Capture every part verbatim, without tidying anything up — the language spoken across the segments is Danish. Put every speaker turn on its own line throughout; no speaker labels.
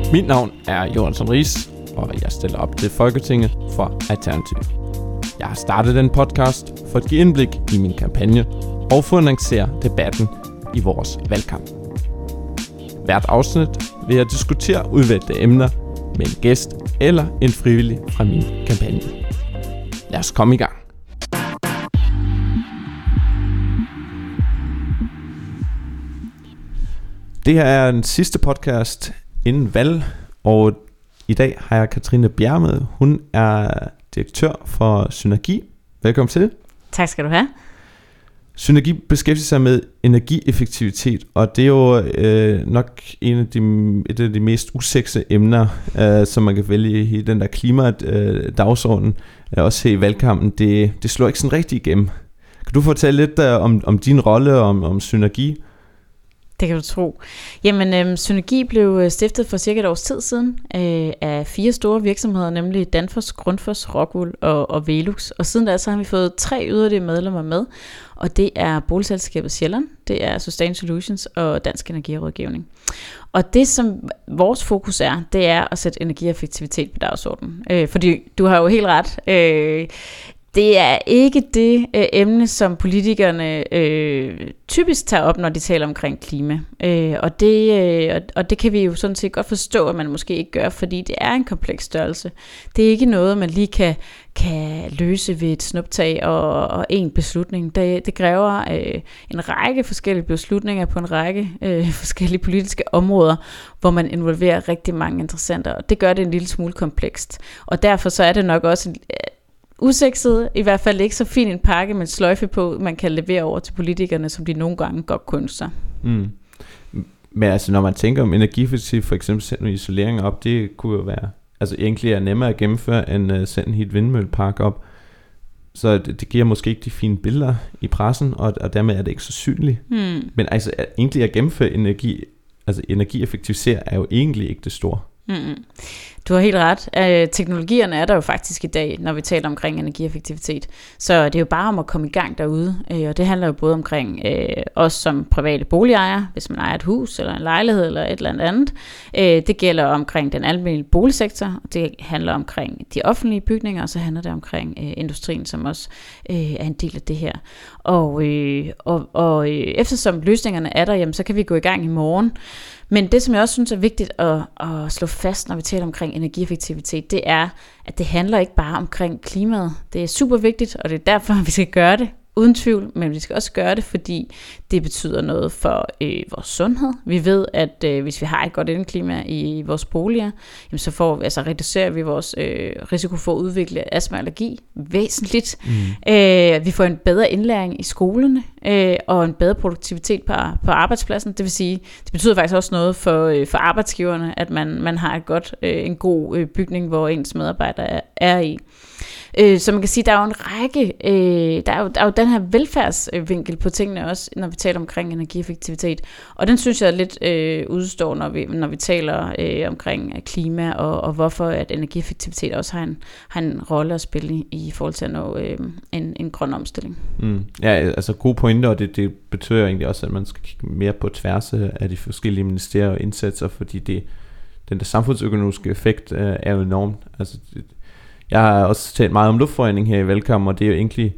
Mit navn er Jonathan Ries, og jeg stiller op til Folketinget for Alternativ. Jeg har startet den podcast for at give indblik i min kampagne og for at annoncere debatten i vores valgkamp. Hvert afsnit vil jeg diskutere udvalgte emner med en gæst eller en frivillig fra min kampagne. Lad os komme i gang. Det her er den sidste podcast inden valg, og i dag har jeg Katrine Bjerre med. Hun er direktør for Synergi. Velkommen til.
Tak skal du have.
Synergi beskæftiger sig med energieffektivitet, og det er jo øh, nok en af de, et af de mest usekse emner, øh, som man kan vælge i den der klimadagsorden, øh, også her i valgkampen. Det, det slår ikke sådan rigtig igennem. Kan du fortælle lidt uh, om, om din rolle og om, om Synergi?
Det kan du tro. Jamen, øhm, Synergi blev stiftet for cirka et års tid siden øh, af fire store virksomheder, nemlig Danfoss, Grundfos, Rockwool og, og Velux. Og siden da så har vi fået tre yderligere medlemmer med, og det er Boligselskabet Sjælland, det er Sustain Solutions og Dansk Energirådgivning. Og det som vores fokus er, det er at sætte energieffektivitet på dagsordenen. Øh, fordi du har jo helt ret. Øh, Det er ikke det øh, emne, som politikerne øh, typisk tager op, når de taler omkring klima. Øh, og, det, øh, og, og det kan vi jo sådan set godt forstå, at man måske ikke gør, fordi det er en kompleks størrelse. Det er ikke noget, man lige kan, kan løse ved et snuptag og, og en beslutning. Det, det kræver øh, en række forskellige beslutninger på en række øh, forskellige politiske områder, hvor man involverer rigtig mange interessenter. Og det gør det en lille smule komplekst. Og derfor så er det nok også en usekset, i hvert fald ikke så fin en pakke med sløjfe på, man kan levere over til politikerne, som de nogle gange godt kunne sig.
Mm. Men altså, når man tænker om energieffektivitet, for eksempel sætte nogle isoleringer op, det kunne jo være, altså egentlig er nemmere at gennemføre, end uh, sætte en helt vindmøllepark op. Så det, det giver måske ikke de fine billeder i pressen, og, og dermed er det ikke så synligt. Mm. Men altså, at, egentlig at gennemføre energi, altså energieffektivisere, er jo egentlig ikke det store.
Mm-hmm. Du har helt ret. Øh, teknologierne er der jo faktisk i dag, når vi taler omkring energieffektivitet. Så det er jo bare om at komme i gang derude. Øh, og det handler jo både omkring øh, os som private boligejere, hvis man ejer et hus eller en lejlighed eller et eller andet. Øh, det gælder omkring den almindelige boligsektor. Det handler omkring de offentlige bygninger, og så handler det omkring øh, industrien, som også øh, er en del af det her. Og, øh, og, og øh, eftersom løsningerne er der, jamen, så kan vi gå i gang i morgen. Men det, som jeg også synes er vigtigt at, at slå fast, når vi taler omkring energieffektivitet, det er, at det handler ikke bare omkring klimaet. Det er super vigtigt, og det er derfor, vi skal gøre det, uden tvivl, men vi skal også gøre det, fordi det betyder noget for øh, vores sundhed. Vi ved, at øh, hvis vi har et godt indeklima i vores boliger, jamen, så får, altså, reducerer vi vores øh, risiko for at udvikle astma og allergi væsentligt. Mm. Øh, vi får en bedre indlæring i skolerne, øh, og en bedre produktivitet på, på arbejdspladsen. Det vil sige, det betyder faktisk også noget for, øh, for arbejdsgiverne, at man, man har et godt, øh, en god øh, bygning, hvor ens medarbejdere er, er i. Øh, så man kan sige, der er jo en række, øh, der, er jo, der er jo den her velfærdsvinkel på tingene også, når vi taler omkring energieffektivitet. Og den synes jeg er lidt øh, udstår, når vi, når vi taler øh, omkring klima, og, og hvorfor at energieffektivitet også har en, har en rolle at spille i, i forhold til at nå øh, en, en grøn omstilling. Mm.
Ja, altså gode pointer, og det, det betyder egentlig også, at man skal kigge mere på tværs af de forskellige ministerier og indsatser, fordi det, den der samfundsøkonomiske effekt øh, er jo enormt. Altså det, jeg har også talt meget om luftforurening her i valgkampen, og det er jo egentlig,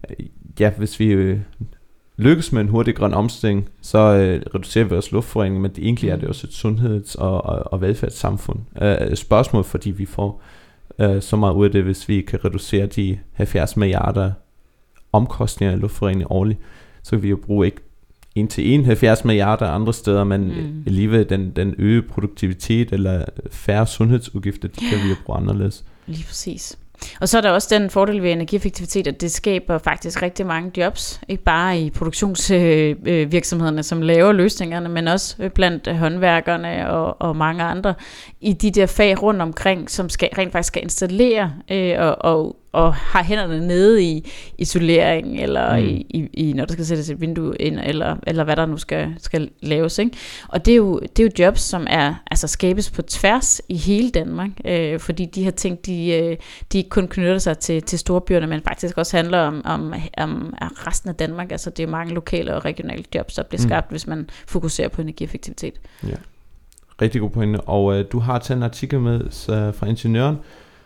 ja, hvis vi øh, lykkes med en hurtig grøn omstilling, så øh, reducerer vi vores luftforurening, men det, egentlig er det også et sundheds- og, og, og velfærdssamfund. Øh, spørgsmål, fordi vi får øh, så meget ud af det, hvis vi kan reducere de halvfjerds milliarder omkostninger af luftforurening årligt, så kan vi jo bruge ikke en til en halvfjerds milliarder andre steder, men mm. alligevel den, den øgede produktivitet eller færre sundhedsudgifter, de kan vi jo bruge anderledes.
Lige præcis. Og så er der også den fordel ved energieffektivitet, at det skaber faktisk rigtig mange jobs, ikke bare i produktionsvirksomhederne, som laver løsningerne, men også blandt håndværkerne og, og mange andre i de der fag rundt omkring, som skal, rent faktisk skal installere øh, og, og og har hænderne nede i isolering, eller mm. i, i, når der skal sættes et vindue ind, eller, eller hvad der nu skal, skal laves. Ikke? Og det er, jo, det er jo jobs, som er, altså skabes på tværs i hele Danmark, øh, fordi de her ting, de, de ikke kun knytter sig til, til storbyerne, men faktisk også handler om, om, om resten af Danmark. Altså det er mange lokale og regionale jobs, der bliver skabt, mm. hvis man fokuserer på energieffektivitet.
Ja. rigtig god pointe. Og øh, du har taget en artikel med så, fra Ingeniøren,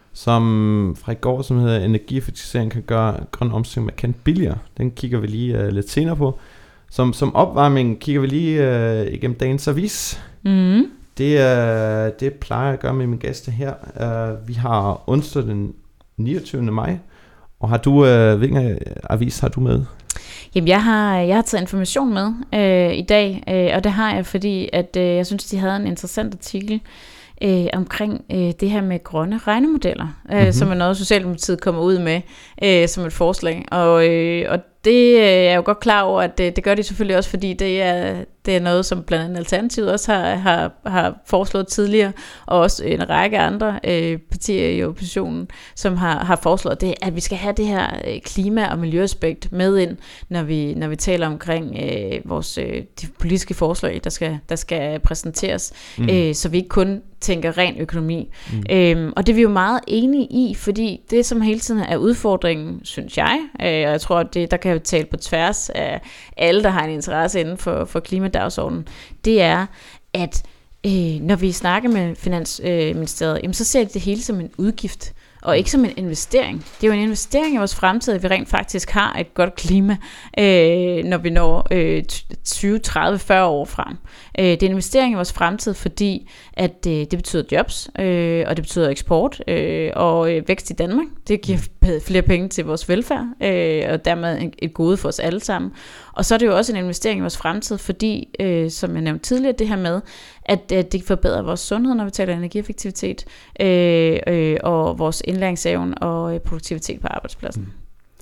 som fra i går, som hedder Energieffektivisering kan gøre grøn omstilling markant billigere. Den kigger vi lige øh, lidt senere på. Som, som opvarmning kigger vi lige øh, igennem dagens avis.
Mm.
Det, øh, det plejer jeg at gøre med mine gæster her. Uh, vi har onsdag den niogtyvende maj. Og har du, øh, hvilken avis har du med?
Jamen, jeg har, jeg har taget information med øh, i dag, øh, og det har jeg, fordi at, øh, jeg synes, de havde en interessant artikel øh, omkring øh, det her med grønne regnemodeller, øh, mm-hmm. som er noget, Socialdemokratiet kommer ud med øh, som et forslag. Og, øh, og det er jeg jo godt klar over, at det, det gør de selvfølgelig også, fordi det er, det er noget, som blandt andet Alternativet også har, har, har foreslået tidligere, og også en række andre øh, partier i oppositionen, som har, har foreslået det, at vi skal have det her klima- og miljøaspekt med ind, når vi, når vi taler omkring øh, vores øh, de politiske forslag, der skal, der skal præsenteres, mm. øh, så vi ikke kun tænker ren økonomi. Mm. Øhm, og det er vi jo meget enige i, fordi det, som hele tiden er udfordringen, synes jeg, øh, og jeg tror, at det, der kan jo tale på tværs af alle, der har en interesse inden for, for klimadagsordenen, det er, at øh, når vi snakker med Finansministeriet, øh, jamen, så ser de det hele som en udgift, og ikke som en investering. Det er jo en investering i vores fremtid, at vi rent faktisk har et godt klima, øh, når vi når øh, tyve, tredive, fyrre år frem. Øh, det er en investering i vores fremtid, fordi at øh, det betyder jobs, øh, og det betyder eksport øh, og øh, vækst i Danmark. Det giver flere penge til vores velfærd, øh, og dermed et, et gode for os alle sammen. Og så er det jo også en investering i vores fremtid, fordi, øh, som jeg nævnte tidligere, det her med, at, at det forbedrer vores sundhed, når vi taler energieffektivitet, øh, øh, og vores indlæringsevne og øh, produktivitet på arbejdspladsen. Mm.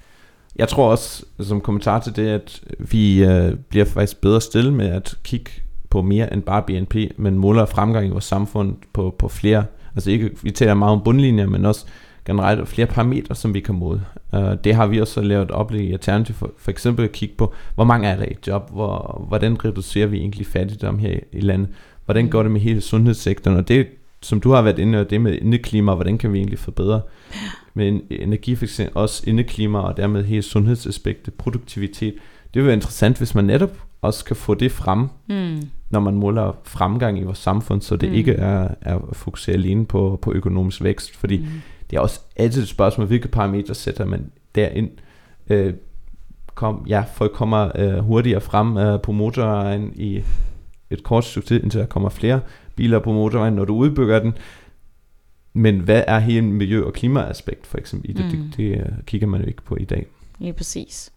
Jeg tror også, som kommentar til det, at vi øh, bliver faktisk bedre stille med at kigge på mere end bare B N P, men måler fremgang i vores samfund på, på flere, altså ikke, vi taler meget om bundlinjer, men også generelt flere parametre, som vi kan måle. Uh, det har vi også lavet oplæg i Alternativ, for, for eksempel at kigge på, hvor mange er der i job, hvor, hvordan reducerer vi egentlig fattigdom her i, i landet, hvordan går det med hele sundhedssektoren, og det, som du har været inde, og det med indeklima, hvordan kan vi egentlig forbedre med energieffektivisering, også indeklima, og dermed hele sundhedsaspektet, produktivitet. Det vil være interessant, hvis man netop også kan få det frem, mm. når man måler fremgang i vores samfund, så det mm. ikke er, er fokuseret alene på, på økonomisk vækst, fordi mm. det er også altid et spørgsmål, hvilke parametre sætter man derind. Øh, kom, ja, folk kommer øh, hurtigere frem øh, på motorvejen i et kort stykke tid, indtil der kommer flere biler på motorvejen, når du udbygger den. Men hvad er hele miljø- og klimaaspekt for eksempel i det? Mm. Det, det uh, kigger man jo ikke på i dag.
Lige præcis.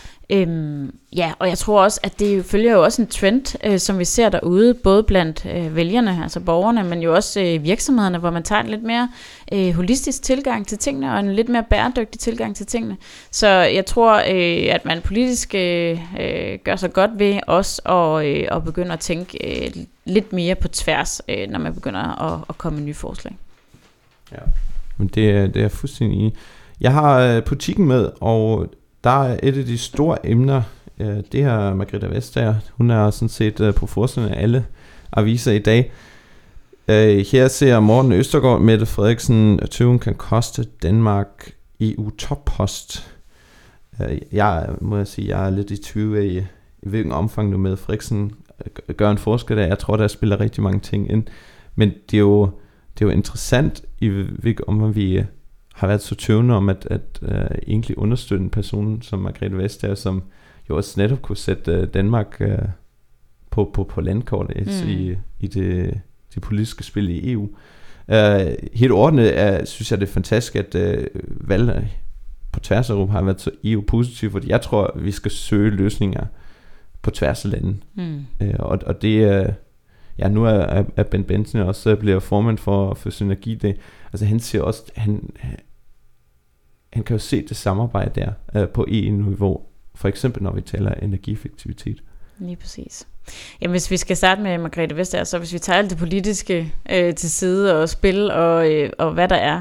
Øhm, ja, og jeg tror også, at det følger jo også en trend, øh, som vi ser derude, både blandt øh, vælgerne, altså borgerne, men jo også øh, virksomhederne, hvor man tager en lidt mere øh, holistisk tilgang til tingene, og en lidt mere bæredygtig tilgang til tingene. Så jeg tror, øh, at man politisk øh, øh, gør sig godt ved også at, øh, at begynde at tænke øh, lidt mere på tværs, øh, når man begynder at, at komme med nye forslag.
Ja, men det, det er jeg fuldstændig i. Jeg har øh, politikken med, og der er et af de store emner, øh, det her Margrethe Vestager, hun er sådan set øh, på forsiden af alle aviser i dag. Øh, her ser Morten Østergaard, Mette Frederiksen, at tøven kan koste Danmark E U-toppost. Øh, jeg må jeg sige, jeg er lidt i tvivl af, i, i hvilken omfang nu Mette Frederiksen gør en forskel der. Jeg tror, der spiller rigtig mange ting ind. Men det er jo, det er jo interessant, i hvilken omfang vi har været så tøvende om at, at uh, egentlig understøtte en person som Margrethe Vestager, som jo også netop kunne sætte uh, Danmark uh, på, på, på landkortet mm. i, i det, det politiske spil i E U. Uh, helt ordentligt er, synes jeg, det er fantastisk, at uh, valg på tværs af Europa har været så E U-positivt, fordi jeg tror, vi skal søge løsninger på tværs af landet. Mm. Uh, og, og det er... Uh, ja, nu er, er Ben Benson også bliver formand for, for Synergi. Det, altså han siger også, han, han kan jo se det samarbejde der uh, på E U-niveau, for eksempel når vi taler energieffektivitet.
Lige præcis. Jamen hvis vi skal starte med Margrethe Vestager, så hvis vi tager alt det politiske øh, til side og spil og, øh, og hvad der er,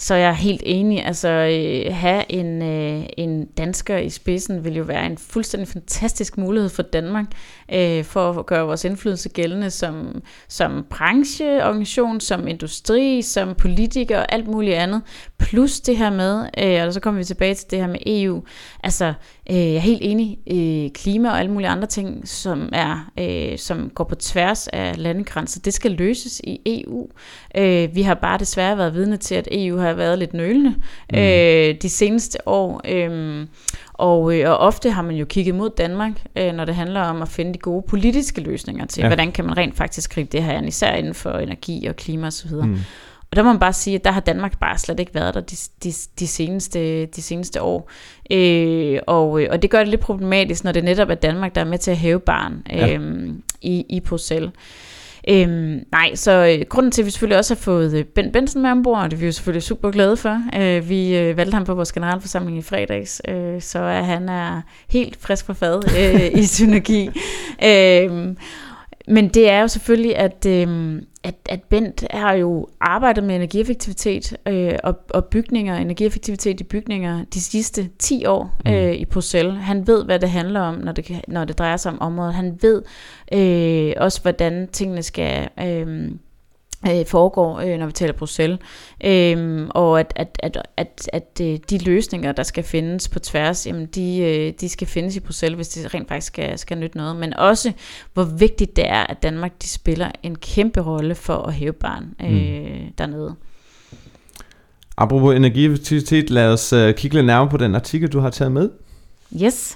Så jeg er helt enig, altså øh, have en, øh, en dansker i spidsen vil jo være en fuldstændig fantastisk mulighed for Danmark, øh, for at gøre vores indflydelse gældende som, som brancheorganisation, som industri, som politiker og alt muligt andet. Plus det her med, øh, og så kommer vi tilbage til det her med E U, altså øh, jeg er helt enig, øh, klima og alle mulige andre ting, som, er, øh, som går på tværs af landegrænser, det skal løses i E U. Øh, vi har bare desværre været vidne til, at E U har været lidt nølende mm. øh, de seneste år, øh, og, øh, og ofte har man jo kigget mod Danmark, øh, når det handler om at finde de gode politiske løsninger til, ja. hvordan kan man rent faktisk gribe det her an, især inden for energi og klima osv. Mm. Og der må man bare sige, at der har Danmark bare slet ikke været der de, de, de, seneste, de seneste år. Øh, og, og det gør det lidt problematisk, når det netop er Danmark, der er med til at hæve barn øh, ja. i, i Bruxelles. Øhm, nej, så øh, grunden til, at vi selvfølgelig også har fået øh, Bent Bentzen med ombord, og det er vi jo selvfølgelig super glade for. Øh, vi øh, valgte ham på vores generalforsamling i fredags, øh, så at han er helt frisk på fad øh, i synergi. Øh, men det er jo selvfølgelig, at, øh, at, at Bent har jo arbejdet med energieffektivitet øh, og, og bygninger, energieffektivitet i bygninger de sidste ti år øh, mm. i Bruxelles. Han ved, hvad det handler om, når det, når det drejer sig om området. Han ved øh, også, hvordan tingene skal øh, øh, foregå, øh, når vi taler Bruxelles. Øh, og at, at, at, at, at de løsninger, der skal findes på tværs, jamen de, øh, de skal findes i Bruxelles, hvis det rent faktisk skal, skal nytte noget. Men også, hvor vigtigt det er, at Danmark de spiller en kæmpe rolle for at hæve barn øh, mm. dernede.
Apropos energieffektivitet, lad os uh, kigge lidt nærmere på den artikel, du har taget med.
Yes.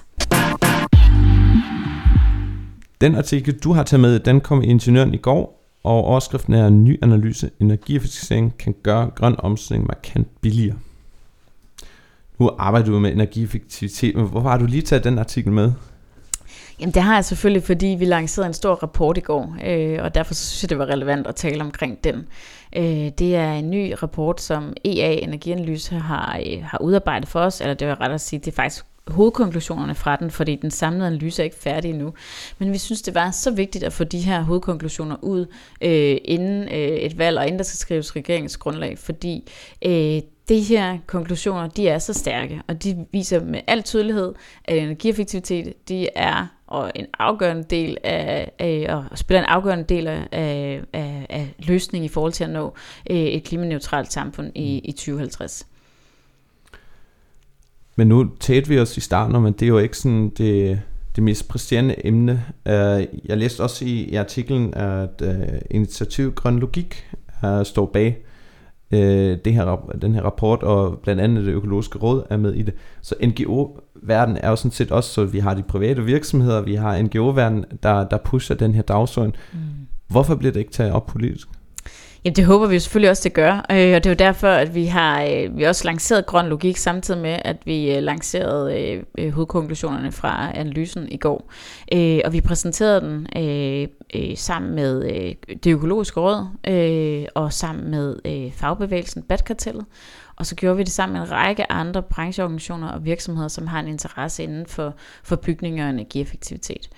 Den artikel, du har taget med, den kom i Ingeniøren i går, og overskriften er: ny analyse, energieffektivisering kan gøre grøn omstilling markant billigere. Nu arbejder du med energieffektivitet, men hvorfor har du lige taget den artikel med?
Jamen det har jeg selvfølgelig, fordi vi lancerede en stor rapport i går, øh, og derfor synes jeg, det var relevant at tale omkring den. Øh, det er en ny rapport, som E A Energianalyse har, øh, har udarbejdet for os, eller det vil ret at sige, det er faktisk hovedkonklusionerne fra den, fordi den samlede analyse er ikke færdig endnu. Men vi synes, det var så vigtigt at få de her hovedkonklusioner ud øh, inden øh, et valg, og inden der skal skrives regeringsgrundlag, fordi øh, de her konklusioner, de er så stærke, og de viser med al tydelighed, at energieffektivitet, de er og en afgørende del af, af og spiller en afgørende del af, af, af løsningen i forhold til at nå øh, et klimaneutralt samfund i, i tyve halvtreds.
Men nu talte vi os i starten, men det er jo ikke sådan det, det mest præsterende emne. Jeg læste også i, i artiklen, at uh, Initiativ Grøn Logik uh, står bag uh, det her, den her rapport, og blandt andet det økologiske råd er med i det. Så N G O-verden er jo sådan set også, så vi har de private virksomheder, vi har N G O-verden, der, der pusher den her dagsorden. Mm. Hvorfor bliver det ikke taget op politisk?
Jamen det håber vi jo selvfølgelig også, det gør, øh, og det er jo derfor, at vi har øh, vi også lanceret Grøn Logik, samtidig med, at vi øh, lancerede øh, hovedkonklusionerne fra analysen i går. Øh, og vi præsenterede den øh, øh, sammen med øh, det økologiske råd, øh, og sammen med øh, fagbevægelsen, B A T-kartellet, og så gjorde vi det sammen med en række andre brancheorganisationer og virksomheder, som har en interesse inden for, for bygning og energieffektivitet.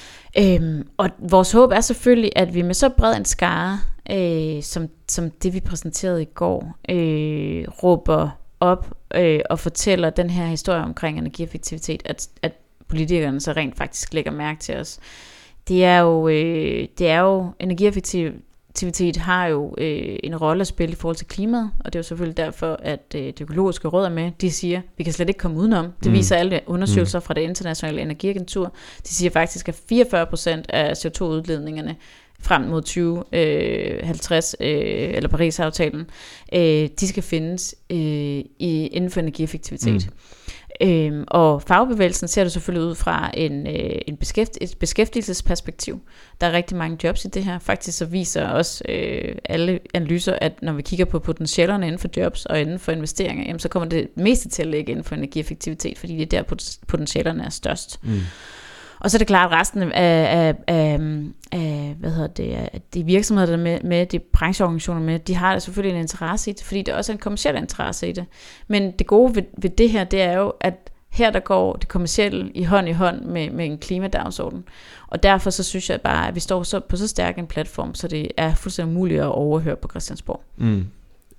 Øhm, og vores håb er selvfølgelig, at vi med så bred en skare, øh, som, som det vi præsenterede i går, øh, råber op øh, og fortæller den her historie omkring energieffektivitet, at, at politikerne så rent faktisk lægger mærke til os. Det er jo, øh, det er jo energieffektivitet har jo øh, en rolle at spille i forhold til klimaet, og det er jo selvfølgelig derfor, at øh, det økologiske råd er med. De siger, vi kan slet ikke komme udenom. Det mm. viser alle undersøgelser mm. fra det internationale energiagentur. De siger faktisk, at fireogfyrre procent af C O to udledningerne frem mod tyve halvtreds, øh, eller Paris-aftalen, øh, de skal findes øh, i, inden for energieffektivitet. Mm. Øhm, og fagbevægelsen ser det selvfølgelig ud fra en, øh, en beskæft, et beskæftigelsesperspektiv. Der er rigtig mange jobs i det her. Faktisk så viser også øh, alle analyser, at når vi kigger på potentialerne inden for jobs og inden for investeringer, jamen, så kommer det meste til at ligge inden for energieffektivitet, fordi det er der potentialerne er størst. Mm. Og så er det klart, at resten af, af, af, af hvad hedder det, de virksomheder, der er med, med, de brancheorganisationer med, de har selvfølgelig en interesse i det, fordi det også er en kommerciel interesse i det. Men det gode ved, ved det her, det er jo, at her der går det kommercielle i hånd i hånd med, med en klimadagsorden. Og derfor så synes jeg bare, at vi står så, på så stærk en platform, så det er fuldstændig muligt at overhøre på Christiansborg.
Mm.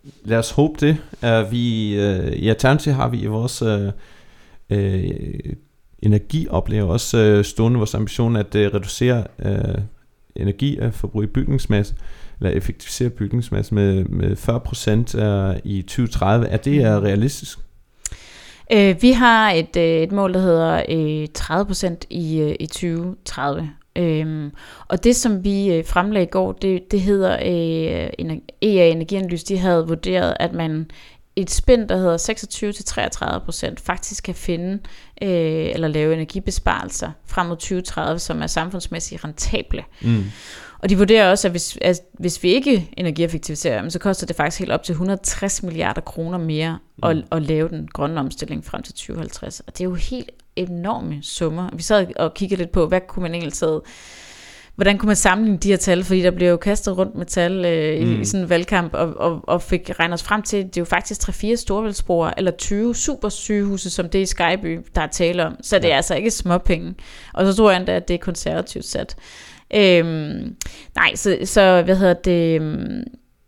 lad os håbe det. Uh, vi, uh, I Alternativet har vi i vores uh, uh, energioplever også uh, stående vores ambition at uh, reducere uh, energiforbrug i bygningsmasse, eller effektivisere bygningsmasse med, med fyrre procent uh, i tyve tredive. Er det uh, realistisk?
Uh, vi har et, uh, et mål, der hedder uh, tredive procent i, uh, i tyve tredive. Øhm, og det som vi øh, fremlagde i går, det, det hedder øh, E A Energianalyse, de havde vurderet, at man et spænd, der hedder seksogtyve til treogtredive procent, faktisk kan finde øh, eller lave energibesparelser frem mod tyve tredive, som er samfundsmæssigt rentable. Mm. Og de vurderer også, at hvis, at hvis vi ikke energieffektiviserer, så koster det faktisk helt op til et hundrede og tres milliarder kroner mere mm. at, at lave den grønne omstilling frem til tyve halvtreds. Og det er jo helt enorme summer. Vi sad og kiggede lidt på, hvad kunne man egentlig tage, hvordan kunne man sammenligne de her tal, fordi der bliver jo kastet rundt med tal øh, mm. i, i sådan en valgkamp, og, og, og fik regnet os frem til, det er jo faktisk tre fire storvældsbroer, eller tyve supersygehuse, som det i Skyby, der er tale om. Så det er ja. altså ikke småpenge. Og så tror jeg endda, at det er konservativt sat. Øhm, nej, så, så hvad hedder det... Øhm,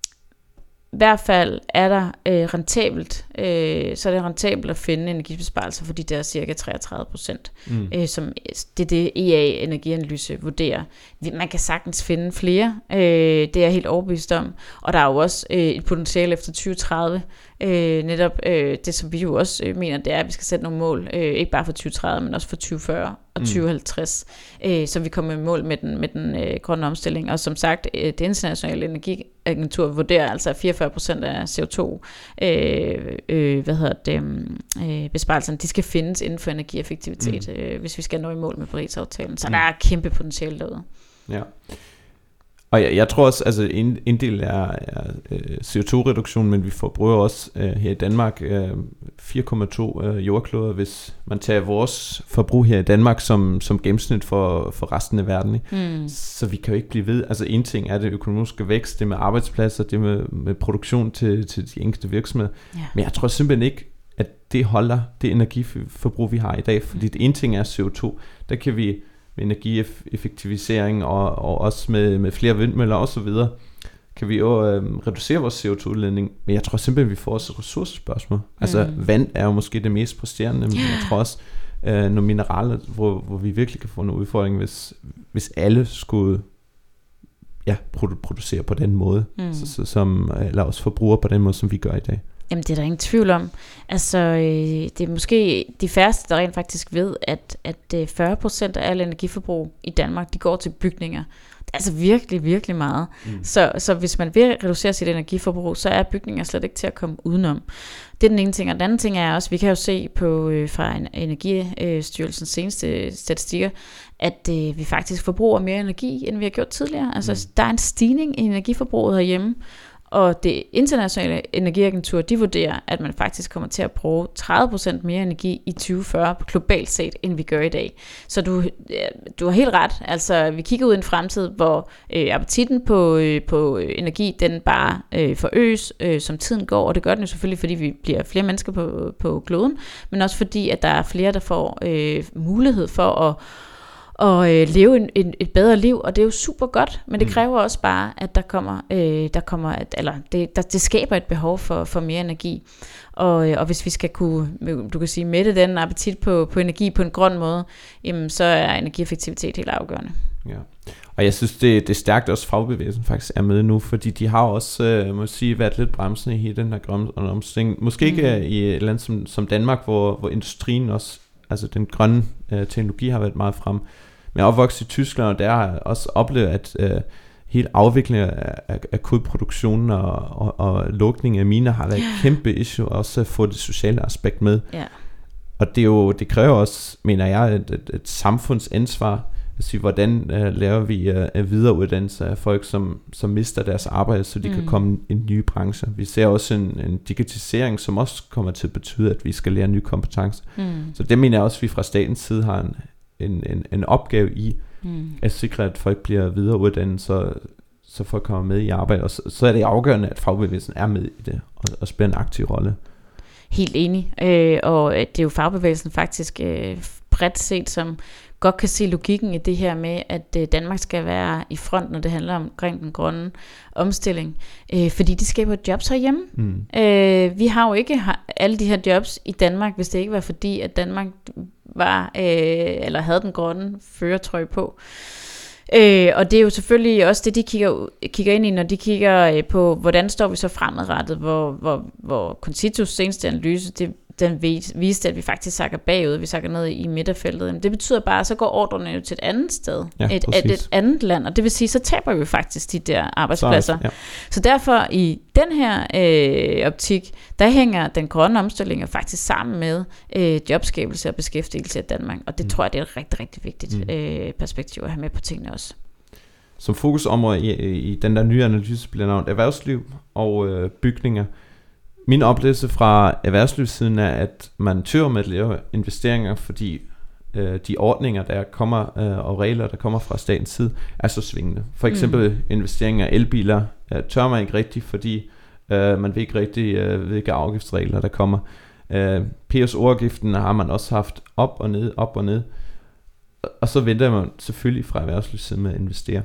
i hvert fald er der øh, rentabelt, øh, så er det rentabelt at finde energibesparelser for de der cirka treogtredive procent, mm. øh, som det er det E A Energianalyse vurderer. Man kan sagtens finde flere, øh, det er jeg helt overbevist om, og der er jo også øh, et potentiale efter tyve tredive, øh, netop øh, det som vi jo også øh, mener, det er, at vi skal sætte nogle mål, øh, ikke bare for tyve tredive, men også for tyve fyrre og tyve halvtreds, mm. øh, så vi kommer i mål med den, med den øh, grønne omstilling. Og som sagt, øh, det internationale energiagentur vurderer altså fireogfyrre procent af C O to øh, øh, hvad hedder det, øh, besparelserne, de skal findes inden for energieffektivitet, mm. øh, hvis vi skal nå i mål med Paris-aftalen. Så mm. der er kæmpe potentiale derude. Ja.
Og jeg, jeg tror også, altså en, en del er, er uh, C O to reduktion, men vi forbruger også uh, her i Danmark uh, fire komma to uh, jordkloder, hvis man tager vores forbrug her i Danmark som, som gennemsnit for, for resten af verden. Mm. Så vi kan jo ikke blive ved. Altså en ting er det økonomiske vækst, det med arbejdspladser, det med, med produktion til, til de enkelte virksomheder. Yeah. Men jeg tror simpelthen ikke, at det holder det energiforbrug, vi har i dag. Fordi mm. det ene ting er C O to, der kan vi energieffektivisering og, og også med, med flere vindmøller og så videre, kan vi jo øh, reducere vores C O to udledning, men jeg tror simpelthen, vi får også et ressourcespørgsmål. Mm. Altså vand er jo måske det mest præsterende, men jeg tror også øh, nogle mineraler, hvor, hvor vi virkelig kan få nogle udfordringer, hvis, hvis alle skulle ja, produ- producere på den måde, mm. så, så, som, eller også forbruger på den måde, som vi gør i dag.
Jamen det er der ingen tvivl om. Altså øh, det er måske de færreste, der rent faktisk ved, at, at fyrre procent af al energiforbrug i Danmark, de går til bygninger. Det er altså virkelig, virkelig meget. Mm. Så, så hvis man vil reducere sit energiforbrug, så er bygninger slet ikke til at komme udenom. Det er den ene ting. Og den anden ting er også, vi kan jo se på øh, fra Energistyrelsens seneste statistikker, at øh, vi faktisk forbruger mere energi, end vi har gjort tidligere. Altså mm. der er en stigning i energiforbruget herhjemme. Og det internationale energiagentur, de vurderer, at man faktisk kommer til at bruge tredive procent mere energi i tyve fyrre globalt set, end vi gør i dag. Så du, du har helt ret. Altså, vi kigger ud i en fremtid, hvor øh, appetitten på, øh, på energi, den bare øh, forøges, øh, som tiden går. Og det gør den jo selvfølgelig, fordi vi bliver flere mennesker på, på kloden, men også fordi, at der er flere, der får øh, mulighed for at og øh, leve en, en, et bedre liv, og det er jo super godt, men det kræver også bare, at der kommer, øh, der kommer et, eller det, der, det skaber et behov for, for mere energi, og, øh, og hvis vi skal kunne, du kan sige, mætte den appetit på, på energi på en grøn måde, jamen, så er energieffektivitet helt afgørende.
Ja. Og jeg synes, det, det er stærkt også, fagbevægelsen faktisk er med nu, fordi de har også, øh, må sige, været lidt bremsende i den her grønne omstilling. Måske mm. ikke i et land som, som Danmark, hvor, hvor industrien også, altså den grønne øh, teknologi har været meget frem. Men jeg er opvokset i Tyskland, og der har jeg også oplevet, at øh, hele afviklingen af, af, af kodproduktionen og, og, og lukning af miner har været et yeah. kæmpe issue, og også at få det sociale aspekt med. Yeah. Og det, er jo, det kræver også, mener jeg, et, et, et samfundsansvar. At sige, hvordan øh, laver vi øh, videreuddannelse af folk, som, som mister deres arbejde, så de mm. kan komme i nye brancher. Vi ser også en, en digitalisering, som også kommer til at betyde, at vi skal lære nye kompetencer. Mm. Så det mener jeg også, at vi fra statens side har en En, en, en opgave i mm. at sikre, at folk bliver videreuddannet, så, så folk kommer med i arbejde, og så, så er det afgørende, at fagbevægelsen er med i det, og, og spiller en aktiv rolle.
Helt enig, øh, og det er jo fagbevægelsen faktisk øh, bredt set, som godt kan se logikken i det her med, at øh, Danmark skal være i front, når det handler omkring den grønne omstilling. Øh, fordi det skaber jobs herhjemme. Mm. Øh, vi har jo ikke alle de her jobs i Danmark, hvis det ikke var fordi, at Danmark var, øh, eller havde den grønne førertrøje på. Øh, og det er jo selvfølgelig også det, de kigger, kigger ind i, når de kigger øh, på, hvordan står vi så fremadrettet, hvor, hvor, hvor Concitos seneste analyse, det, den viste, at vi faktisk sakker bagud, vi sakker ned i midterfeltet. Det betyder bare, at så går ordrene jo til et andet sted, ja, et, et, et andet land, og det vil sige, så taber vi faktisk de der arbejdspladser. Så, ja. Så derfor i den her øh, optik, der hænger den grønne omstilling faktisk sammen med øh, jobskabelse og beskæftigelse i Danmark, og det mm. tror jeg, det er et rigtig, rigtig vigtigt mm. øh, perspektiv at have med på tingene også.
Som fokusområde i, i den der nye analyse bliver navnet erhvervsliv og øh, bygninger. Min oplevelse fra erhvervslivssiden er, at man tør med at lave investeringer, fordi øh, de ordninger, der kommer, øh, og regler, der kommer fra statens side, er så svingende. For eksempel mm. investeringer af elbiler øh, tør man ikke rigtigt, fordi øh, man ved ikke rigtigt, øh, hvilke afgiftsregler der kommer. Øh, P S O-afgiften har man også haft op og ned, op og ned. Og så venter man selvfølgelig fra erhvervslivssiden med at investere.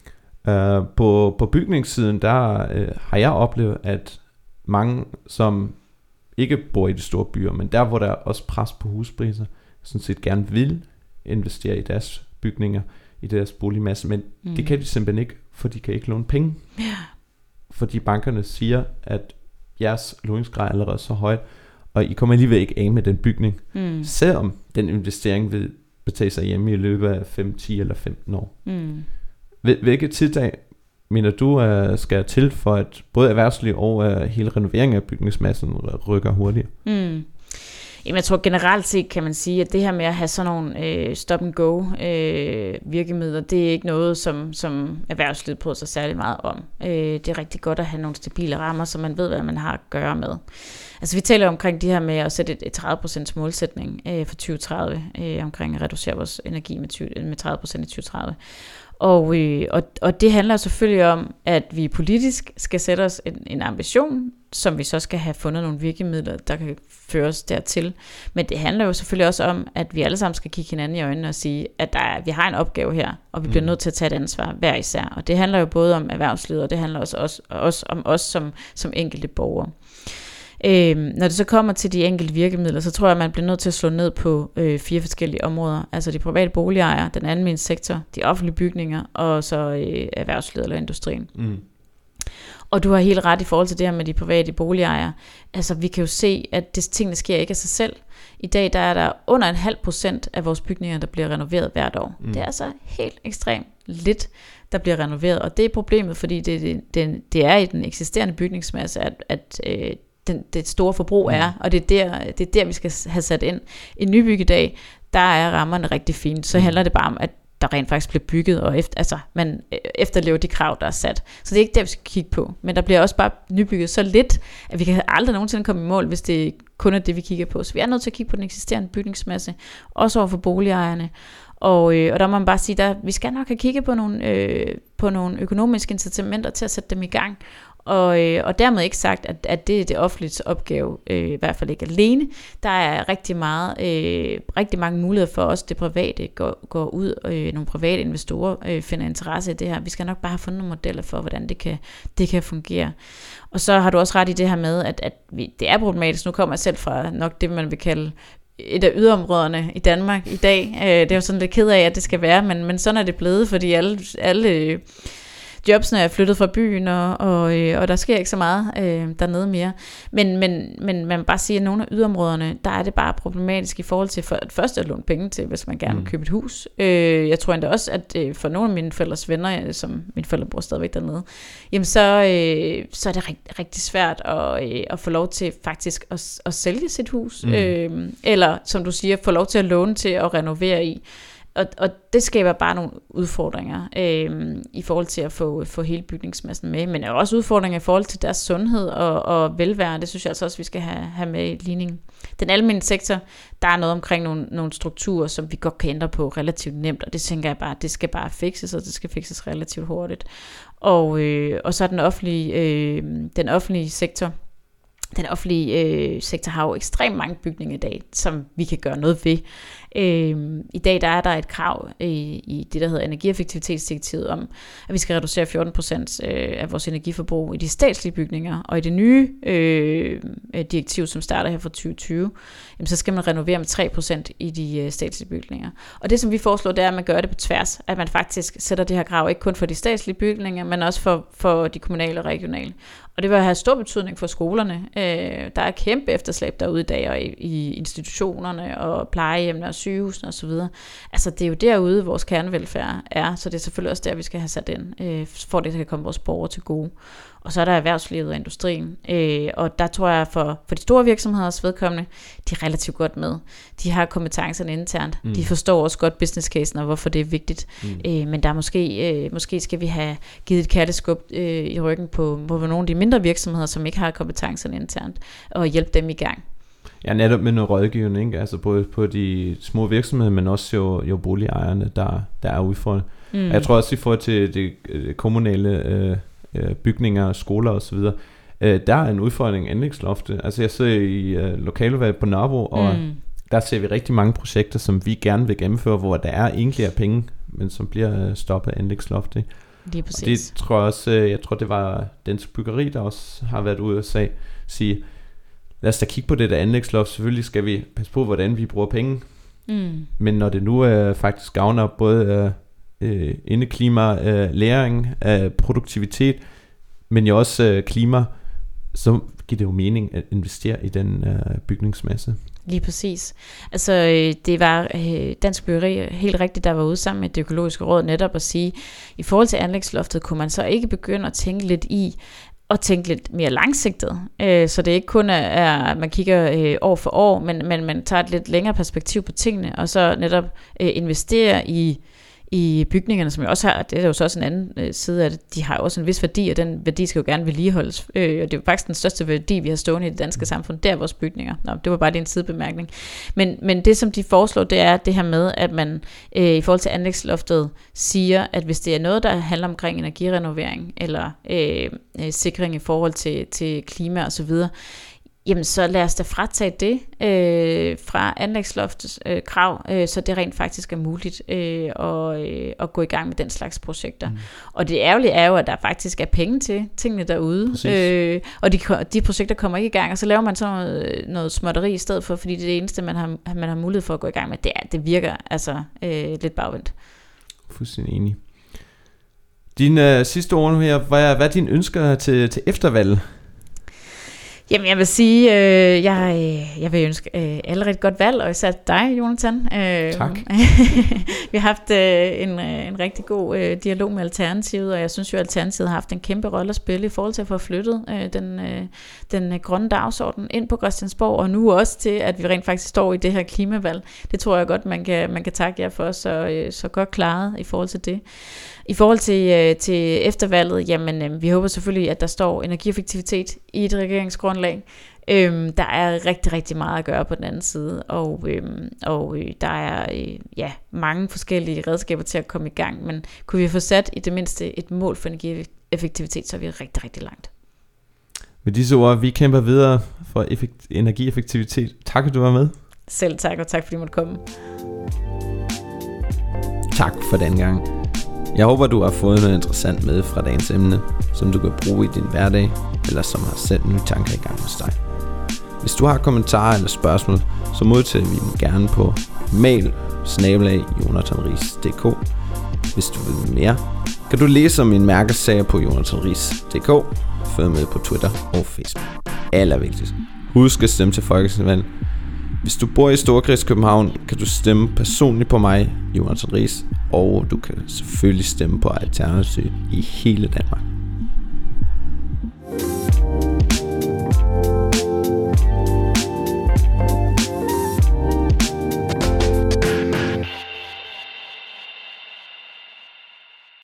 Øh, på, på bygningssiden, der øh, har jeg oplevet, at mange, som ikke bor i de store byer, men der hvor der er også pres på huspriser, sådan set gerne vil investere i deres bygninger, i deres boligmasse, men mm. det kan de simpelthen ikke, for de kan ikke låne penge. Yeah. Fordi bankerne siger, at jeres låningsgrad er allerede så højt, og I kommer alligevel ikke af med den bygning, mm. selvom den investering vil betale sig hjemme i løbet af fem, ti eller femten år. Mm. Hvilke tiltag mener du uh, skal til for at både erhvervsliv og uh, hele renoveringen af bygningsmassen rykker hurtigere?
Mm. Jamen, jeg tror generelt set kan man sige, at det her med at have sådan nogle øh, stop and go øh, virkemidler, det er ikke noget, som, som erhvervslivet bryder sig særlig meget om. Øh, det er rigtig godt at have nogle stabile rammer, så man ved, hvad man har at gøre med. Altså vi taler omkring det her med at sætte et, et tredive procent målsætning øh, for tyve tredive, øh, omkring at reducere vores energi med, tyve, med tredive procent i tyve tredive. Og, øh, og, og det handler selvfølgelig om, at vi politisk skal sætte os en, en ambition, som vi så skal have fundet nogle virkemidler, der kan føre os dertil. Men det handler jo selvfølgelig også om, at vi alle sammen skal kigge hinanden i øjnene og sige, at der er, vi har en opgave her, og vi bliver mm. nødt til at tage et ansvar hver især. Og det handler jo både om erhvervslivet, og det handler også, også, også om os som, som enkelte borgere. Øhm, når det så kommer til de enkelte virkemidler, så tror jeg, at man bliver nødt til at slå ned på øh, fire forskellige områder. Altså de private boligejere, den almene sektor, de offentlige bygninger, og så øh, erhvervslivet eller industrien. Mm. Og du har helt ret i forhold til det her med de private boligejere. Altså vi kan jo se, at det, tingene sker ikke af sig selv. I dag der er der under en halv procent af vores bygninger, der bliver renoveret hvert år. Mm. Det er altså helt ekstremt lidt, der bliver renoveret. Og det er problemet, fordi det, det, det, det er i den eksisterende bygningsmasse, at, at øh, den, det store forbrug er, og det er, der, det er der, vi skal have sat ind. I en nybyggedag, der er rammerne rigtig fint. Så handler det bare om, at der rent faktisk bliver bygget, og efter, altså, man efterlever de krav, der er sat. Så det er ikke der, vi skal kigge på. Men der bliver også bare nybygget så lidt, at vi kan aldrig nogensinde komme i mål, hvis det kun er det, vi kigger på. Så vi er nødt til at kigge på den eksisterende bygningsmasse, også over for boligejerne. Og, øh, og der må man bare sige, at vi skal nok have kigget på nogle, øh, på nogle økonomiske incitamenter til at sætte dem i gang. Og, øh, og dermed ikke sagt, at, at det er det offentlige opgave, øh, i hvert fald ikke alene. Der er rigtig, meget, øh, rigtig mange muligheder for os, det private går, går ud, og øh, nogle private investorer øh, finder interesse i det her. Vi skal nok bare have fundet nogle modeller for, hvordan det kan, det kan fungere. Og så har du også ret i det her med, at, at vi, det er problematisk. Nu kommer jeg selv fra nok det, man vil kalde et af yderområderne i Danmark i dag. Øh, det er jo sådan lidt ked af, at det skal være, men, men sådan er det blevet, fordi alle... alle øh, jobsene er flyttet fra byen, og, og, øh, og der sker ikke så meget øh, dernede mere. Men, men, men man må bare sige, at nogle af yderområderne, der er det bare problematisk i forhold til for, at først at låne penge til, hvis man gerne vil købe et hus. Øh, jeg tror endda også, at øh, for nogle af mine forældres venner, som mine forældre bor stadigvæk dernede, jamen så, øh, så er det rigt, rigtig svært at, øh, at få lov til faktisk at, at sælge sit hus. Mm. Øh, eller som du siger, få lov til at låne til at renovere i. Og, og det skaber bare nogle udfordringer øh, i forhold til at få, få hele bygningsmassen med, men er også udfordringer i forhold til deres sundhed og, og velvære. Det synes jeg altså også, vi skal have, have med i ligningen. Den almindelige sektor, der er noget omkring nogle, nogle strukturer, som vi godt kan ændre på relativt nemt, og det tænker jeg bare, det skal bare fikses, og det skal fikses relativt hurtigt. Og, øh, og så den offentlige, øh, den offentlige sektor, Den offentlige øh, sektor har jo ekstremt mange bygninger i dag, som vi kan gøre noget ved. Øh, I dag der er der et krav øh, i det, der hedder energieffektivitetsdirektivet om, at vi skal reducere fjorten procent øh, af vores energiforbrug i de statslige bygninger. Og i det nye øh, direktiv, som starter her fra tyve tyve, jamen, så skal man renovere med tre procent i de øh, statslige bygninger. Og det, som vi foreslår, det er, at man gør det på tværs. At man faktisk sætter det her krav ikke kun for de statslige bygninger, men også for, for de kommunale og regionale. Og det vil have stor betydning for skolerne. Øh, der er kæmpe efterslæb derude i dag, og i, i institutionerne og plejehjemmene og sygehusene osv. Altså det er jo derude, vores kernevelfærd er, så det er selvfølgelig også der, vi skal have sat ind, øh, for det kan komme vores borgere til gode. Og så er der erhvervslivet og industrien, øh, og der tror jeg for, for de store virksomheders vedkommende, de er relativt godt med. De har kompetencerne internt, mm. de forstår også godt business casen og hvorfor det er vigtigt. Mm. Øh, men der er måske, øh, måske skal vi have givet et kærteskub øh, i ryggen på, på nogle af de mindre virksomheder, som ikke har kompetencerne internt, og hjælpe dem i gang.
Ja, netop med noget rådgivning, ikke? Altså både på de små virksomheder, men også jo, jo boligejerne, der, der er udfordret. Mm. Og jeg tror også i forhold til de, de kommunale øh, bygninger, skoler osv., øh, der er en udfordring af anlægsloftet. Altså jeg sidder i øh, lokaludvalget på Nørrebro, og mm. der ser vi rigtig mange projekter, som vi gerne vil gennemføre, hvor der er egentlig er penge, men som bliver stoppet af anlægsloftet.
Lige præcis.
Og det tror jeg også, jeg tror det var Dansk Byggeri, der også har været ude og sag, sige, lad os da kigge på det der anlægsloft. Selvfølgelig skal vi passe på, hvordan vi bruger penge. Mm. Men når det nu øh, faktisk gavner både øh, indeklima, øh, læring, øh, produktivitet, men jo også øh, klima, så giver det jo mening at investere i den øh, bygningsmasse.
Lige præcis. Altså det var øh, Dansk Byggeri helt rigtigt, der var ude sammen med Det Økologiske Råd netop at sige, i forhold til anlægsloftet kunne man så ikke begynde at tænke lidt i, og tænke lidt mere langsigtet, øh, så det ikke kun er, at man kigger øh, år for år, men, men man tager et lidt længere perspektiv på tingene, og så netop øh, investere i, i bygningerne, som jo også har, det er jo så også en anden øh, side af det, de har jo også en vis værdi, og den værdi skal jo gerne vedligeholdes, øh, og det er jo faktisk den største værdi, vi har stående i det danske samfund, det er vores bygninger. Nå, det var bare en sidebemærkning. Men, men det, som de foreslår, det er det her med, at man øh, i forhold til anlægsloftet siger, at hvis det er noget, der handler omkring energirenovering, eller øh, øh, sikring i forhold til, til klima og så videre, jamen så lad os da fratage det øh, fra anlægsloftets øh, krav, øh, så det rent faktisk er muligt øh, at, øh, at gå i gang med den slags projekter. Mm. Og det ærgerlige er jo, at der faktisk er penge til tingene derude, øh, og de, de projekter kommer ikke i gang, og så laver man så noget, noget småtteri i stedet for, fordi det er det eneste, man har, man har mulighed for at gå i gang med. Det, er, det virker altså øh, lidt bagvendt.
Fuldstændig enig. Dine øh, sidste ord nu her, hvad er, hvad er dine ønsker til, til eftervalget?
Jamen jeg vil sige, øh, jeg, jeg vil ønske øh, alle rigtig godt valg, og især dig, Jonathan. Øh,
tak.
Vi har haft øh, en, en rigtig god øh, dialog med Alternativet, og jeg synes jo, at Alternativet har haft en kæmpe rolle at spille i forhold til at få flyttet øh, den, øh, den grønne dagsorden ind på Christiansborg, og nu også til, at vi rent faktisk står i det her klimavalg. Det tror jeg godt, man kan, man kan takke jer for, så, øh, så godt klaret i forhold til det. I forhold til, øh, til eftervalget, jamen øh, vi håber selvfølgelig, at der står energieffektivitet i et regeringsgrundlag. Øhm, der er rigtig, rigtig meget at gøre på den anden side, og, øhm, og øh, der er øh, ja, mange forskellige redskaber til at komme i gang, men kunne vi få sat i det mindste et mål for energieffektivitet, så er vi rigtig, rigtig langt.
Med disse ord, vi kæmper videre for effekt- energieffektivitet. Tak, at du var med.
Selv tak, og tak fordi du måtte komme.
Tak for den gang. Jeg håber, du har fået noget interessant med fra dagens emne, som du kan bruge i din hverdag, eller som har sat nye tanker i gang hos dig. Hvis du har kommentarer eller spørgsmål, så modtager vi dem gerne på mail snabel-a jonathanriis punktum d k. Hvis du vil mere, kan du læse om min mærkesager på jonathanriis punktum d k. Følg med på Twitter og Facebook. Allervigtigst, husk at stemme til folketingsvalget. Hvis du bor i Storkreds København, kan du stemme personligt på mig, Jonathan Riis, og du kan selvfølgelig stemme på Alternativet i hele Danmark.